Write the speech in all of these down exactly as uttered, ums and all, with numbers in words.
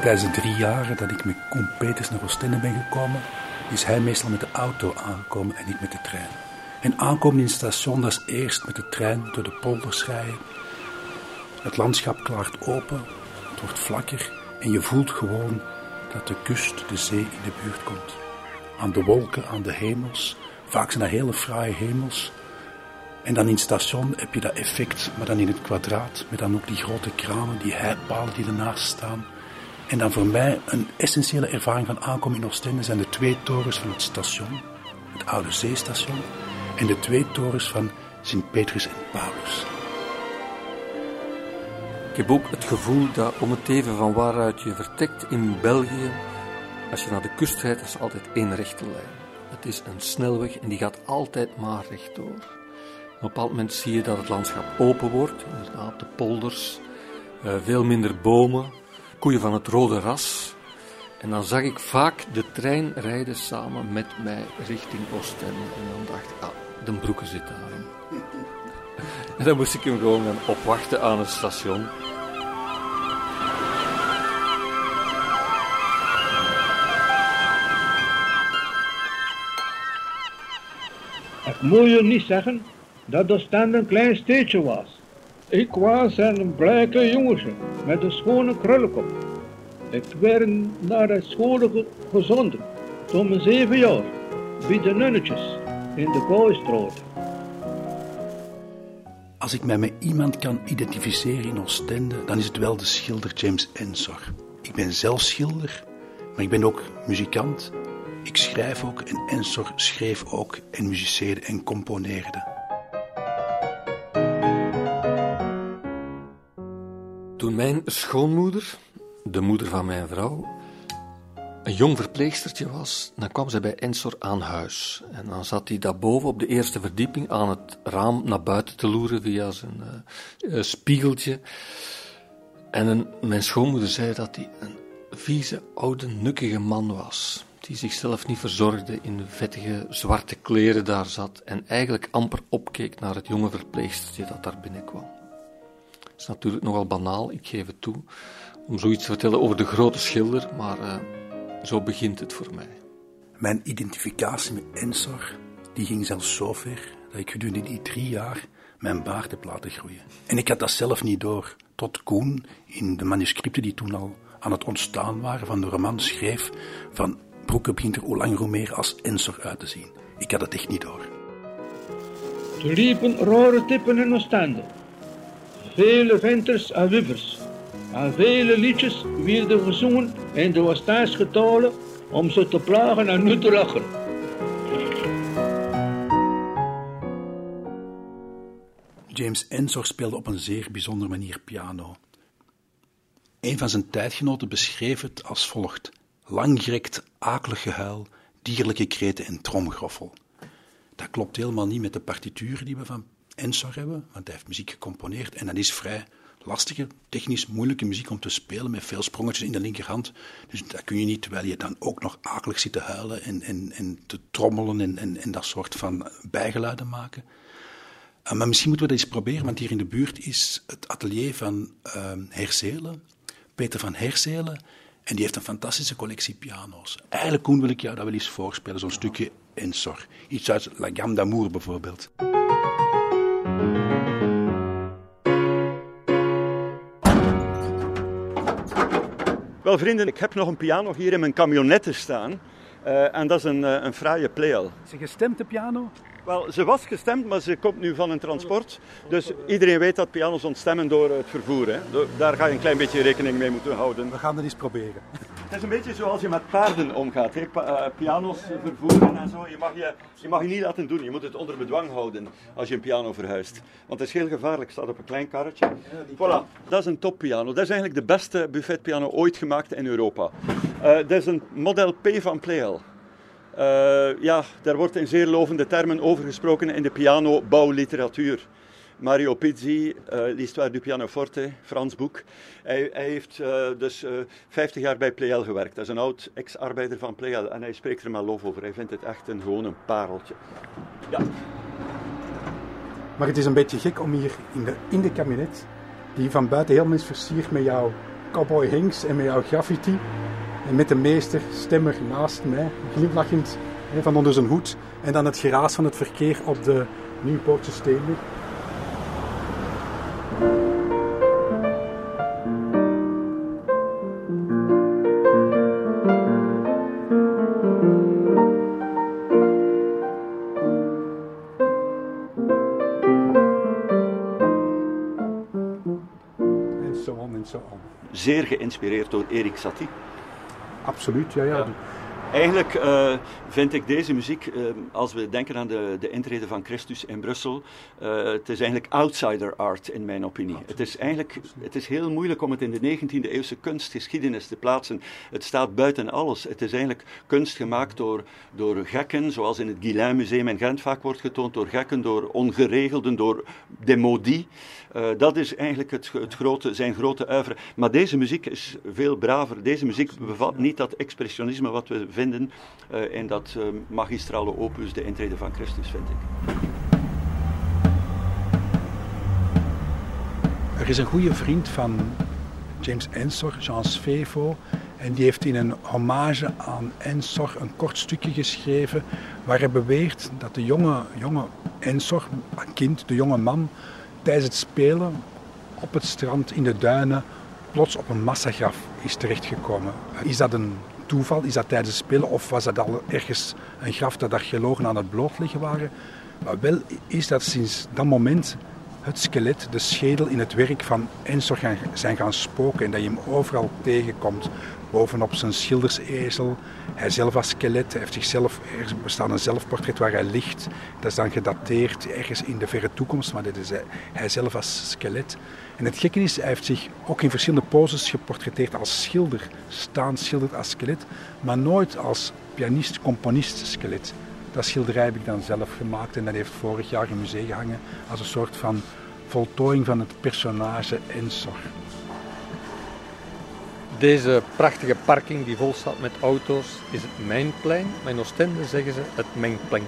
Tijdens de drie jaren dat ik met Koen Peters naar Oostende ben gekomen, is hij meestal met de auto aangekomen en ik met de trein. En aankomen in het station, dat is eerst met de trein door de polders rijden. Het landschap klaart open, het wordt vlakker en je voelt gewoon dat de kust, de zee in de buurt komt. Aan de wolken, aan de hemels. Vaak zijn dat hele fraaie hemels. En dan in het station heb je dat effect, maar dan in het kwadraat, met dan ook die grote kranen, die heipalen die ernaast staan. En dan voor mij een essentiële ervaring van aankomen in Oostende zijn de twee torens van het station, het oude zeestation, en de twee torens van Sint Petrus en Paulus. Ik heb ook het gevoel dat om het even van waaruit je vertrekt in België, als je naar de kust rijdt, is altijd één rechte lijn. Het is een snelweg en die gaat altijd maar rechtdoor. Op een bepaald moment zie je dat het landschap open wordt, inderdaad, de polders, uh, veel minder bomen, koeien van het rode ras. En dan zag ik vaak de trein rijden samen met mij richting Oostende. En dan dacht ik, ah, de Broeke zit daarin. En dan moest ik hem gewoon gaan opwachten aan het station. Ik moet je niet zeggen dat Oostende een klein steedje was. Ik was een blijke jongetje met een schone krullenkop. Ik werd naar de school gezonden, toen mijn zeven jaar, bij de nunnetjes in de Gooistraat. Als ik mij met iemand kan identificeren in Oostende, dan is het wel de schilder James Ensor. Ik ben zelf schilder, maar ik ben ook muzikant. Ik schrijf ook en Ensor schreef ook en muziceerde en componeerde. Toen mijn schoonmoeder, de moeder van mijn vrouw, een jong verpleegstertje was, dan kwam zij bij Ensor aan huis. En dan zat hij daarboven op de eerste verdieping aan het raam naar buiten te loeren via zijn uh, uh, spiegeltje. En een, mijn schoonmoeder zei dat hij een vieze, oude, nukkige man was, die zichzelf niet verzorgde, in vettige, zwarte kleren daar zat en eigenlijk amper opkeek naar het jonge verpleegstertje dat daar binnenkwam. Het is natuurlijk nogal banaal, ik geef het toe, om zoiets te vertellen over de grote schilder, maar uh, zo begint het voor mij. Mijn identificatie met Ensor, die ging zelfs zo ver dat ik gedurende die drie jaar mijn baard heb laten groeien. En ik had dat zelf niet door, tot Koen in de manuscripten die toen al aan het ontstaan waren van de roman schreef van Broeke begint er hoe langer hoe meer als Ensor uit te zien. Ik had het echt niet door. Er liepen rare typen in Oostende. Vele venters en wibbers. En vele liedjes werden gezongen in de Oostense getalen om ze te plagen en nu te lachen. James Ensor speelde op een zeer bijzondere manier piano. Een van zijn tijdgenoten beschreef het als volgt: langgerekt, akelig gehuil, dierlijke kreten en tromgroffel. Dat klopt helemaal niet met de partituren die we van Ensor hebben, want hij heeft muziek gecomponeerd en dat is vrij lastige, technisch moeilijke muziek om te spelen met veel sprongetjes in de linkerhand. Dus dat kun je niet, terwijl je dan ook nog akelig zit te huilen en, en, en te trommelen en, en, en dat soort van bijgeluiden maken. Uh, maar misschien moeten we dat eens proberen, want hier in de buurt is het atelier van uh, Herzelen, Peter van Herzelen, en die heeft een fantastische collectie piano's. Eigenlijk, Koen, wil ik jou dat wel eens voorspelen, zo'n stukje Ensor. Iets uit La Gamme d'Amour bijvoorbeeld. Wel vrienden, ik heb nog een piano hier in mijn camionette staan. Uh, en dat is een, uh, een fraaie Pleyel. Is het een gestemde piano? Wel, ze was gestemd, maar ze komt nu van een transport. Dus iedereen weet dat piano's ontstemmen door het vervoer. Hè. Daar ga je een klein beetje rekening mee moeten houden. We gaan dat eens proberen. Het is een beetje zoals je met paarden omgaat. Hè. Pa- uh, piano's vervoeren en zo. Je mag je, je mag je niet laten doen. Je moet het onder bedwang houden als je een piano verhuist. Want het is heel gevaarlijk. Het staat op een klein karretje. Voilà, dat is een toppiano. Dat is eigenlijk de beste buffetpiano ooit gemaakt in Europa. Uh, dat is een model P van Pleyel. Uh, ja, daar wordt in zeer lovende termen over gesproken in de pianobouwliteratuur. Mario Pizzi, uh, L'Histoire du pianoforte, Frans boek. Hij, hij heeft uh, dus uh, vijftig jaar bij Pleyel gewerkt. Dat is een oud ex-arbeider van Pleyel en hij spreekt er maar lof over. Hij vindt het echt een, gewoon een pareltje. Ja. Maar het is een beetje gek om hier in de, in de kabinet, die van buiten helemaal is versierd met jouw Cowboy Hinks en met jouw graffiti. En met de meester stemmig naast mij, glimlachend hè, van onder zijn hoed. En dan het geraas van het verkeer op de Nieuwpoortse Steenweg. Zeer geïnspireerd door Erik Satie. Absoluut, ja, ja. ja. Eigenlijk uh, vind ik deze muziek, uh, als we denken aan de, de intrede van Christus in Brussel, uh, het is eigenlijk outsider art in mijn opinie. Het is eigenlijk, het is heel moeilijk om het in de negentiende eeuwse kunstgeschiedenis te plaatsen. Het staat buiten alles. Het is eigenlijk kunst gemaakt door, door gekken, zoals in het Guillain Museum in Gent vaak wordt getoond, door gekken, door ongeregelden, door démodis. Uh, dat is eigenlijk het, het grote, zijn grote uiveren. Maar deze muziek is veel braver. Deze muziek bevat niet dat expressionisme wat we vinden uh, in dat uh, magistrale opus, de intrede van Christus, vind ik. Er is een goede vriend van James Ensor, Jean Svevo, en die heeft in een hommage aan Ensor een kort stukje geschreven waar hij beweert dat de jonge, jonge Ensor, een kind, de jonge man, tijdens het spelen op het strand in de duinen plots op een massagraf is terechtgekomen. Is dat een toeval? Is dat tijdens het spelen? Of was dat al ergens een graf dat archeologen aan het blootleggen waren? Maar wel is dat sinds dat moment het skelet, de schedel in het werk van Ensor gaan, zijn gaan spoken en dat je hem overal tegenkomt. Bovenop zijn schildersezel, hij zelf als skelet, hij heeft zichzelf, er bestaat een zelfportret waar hij ligt. Dat is dan gedateerd ergens in de verre toekomst, maar dit is hij, hij zelf als skelet. En het gekke is, hij heeft zich ook in verschillende poses geportretteerd als schilder, staand schilder als skelet, maar nooit als pianist, componist skelet. Dat schilderij heb ik dan zelf gemaakt en dat heeft vorig jaar in het museum gehangen als een soort van voltooiing van het personage Ensor. Deze prachtige parking die vol staat met auto's is het Mijnplein, maar in Oostende zeggen ze het Mengplein.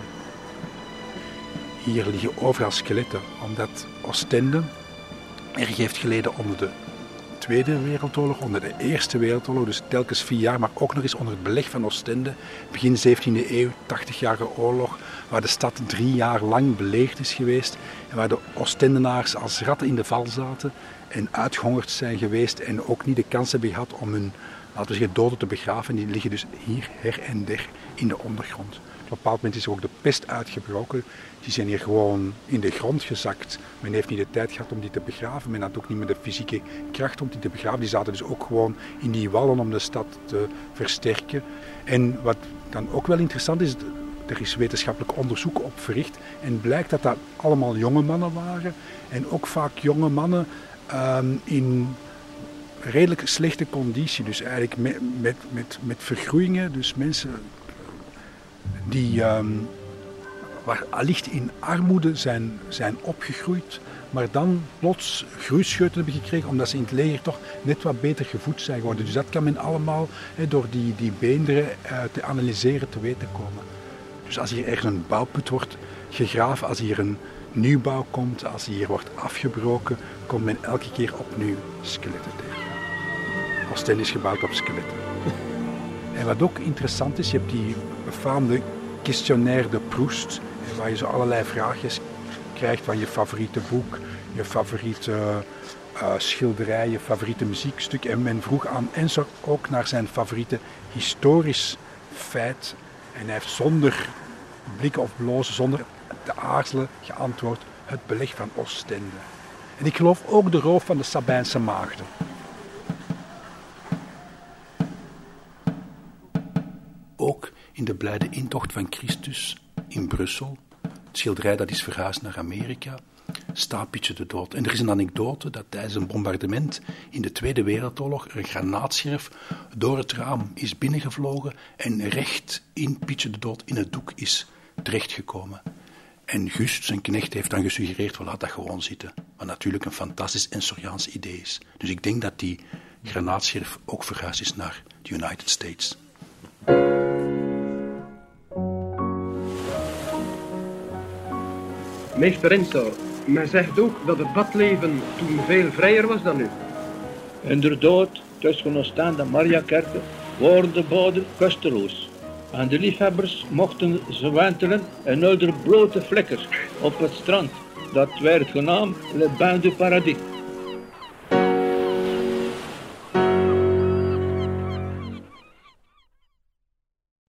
Hier liggen overal skeletten, omdat Oostende erg heeft geleden onder de Tweede Wereldoorlog, onder de Eerste Wereldoorlog, dus telkens vier jaar, maar ook nog eens onder het beleg van Oostende, begin zeventiende eeuw, tachtigjarige oorlog, waar de stad drie jaar lang belegerd is geweest en waar de Oostendenaars als ratten in de val zaten en uitgehongerd zijn geweest en ook niet de kans hebben gehad om hun, laten we zeggen, doden te begraven. Die liggen dus hier her en der in de ondergrond. Op een bepaald moment is er ook de pest uitgebroken. Die zijn hier gewoon in de grond gezakt. Men heeft niet de tijd gehad om die te begraven. Men had ook niet meer de fysieke kracht om die te begraven. Die zaten dus ook gewoon in die wallen om de stad te versterken. En wat dan ook wel interessant is, er is wetenschappelijk onderzoek op verricht. En blijkt dat dat allemaal jonge mannen waren. En ook vaak jonge mannen um, in redelijk slechte conditie. Dus eigenlijk met, met, met, met vergroeien. Dus mensen die um, waar allicht in armoede zijn, zijn opgegroeid, maar dan plots groeischeuten hebben gekregen omdat ze in het leger toch net wat beter gevoed zijn geworden. Dus dat kan men allemaal he, door die, die beenderen uh, te analyseren te weten komen. Dus als hier ergens een bouwput wordt gegraven, als hier een nieuwbouw komt, als hier wordt afgebroken, komt men elke keer opnieuw skeletten tegen. Oostende is gebouwd op skeletten. En wat ook interessant is, je hebt die befaamde questionnaire de Proust, waar je zo allerlei vraagjes krijgt van je favoriete boek, je favoriete uh, schilderij, je favoriete muziekstuk. En men vroeg aan Ensor ook naar zijn favoriete historisch feit. En hij heeft zonder blikken of blozen, zonder te aarzelen geantwoord: het beleg van Oostende. En ik geloof ook de roof van de Sabijnse maagden. Ook in de blijde intocht van Christus in Brussel, het schilderij dat is verhuisd naar Amerika, staat Pietje de Dood. En er is een anekdote dat tijdens een bombardement in de Tweede Wereldoorlog er een granaatscherf door het raam is binnengevlogen en recht in Pietje de Dood in het doek is terechtgekomen. En Gust, zijn knecht, heeft dan gesuggereerd, well, laat dat gewoon zitten. Wat natuurlijk een fantastisch Ensoriaans idee is. Dus ik denk dat die granaatscherf ook verhuisd is naar de United States. Meester Ensor, men zegt ook dat het badleven toen veel vrijer was dan nu. Inderdaad, tussen Oostende en Mariakerke waren de boden kusteloos. En de liefhebbers mochten ze wentelen in oude blote vlekkers op het strand. Dat werd genaamd Le Bain du Paradis.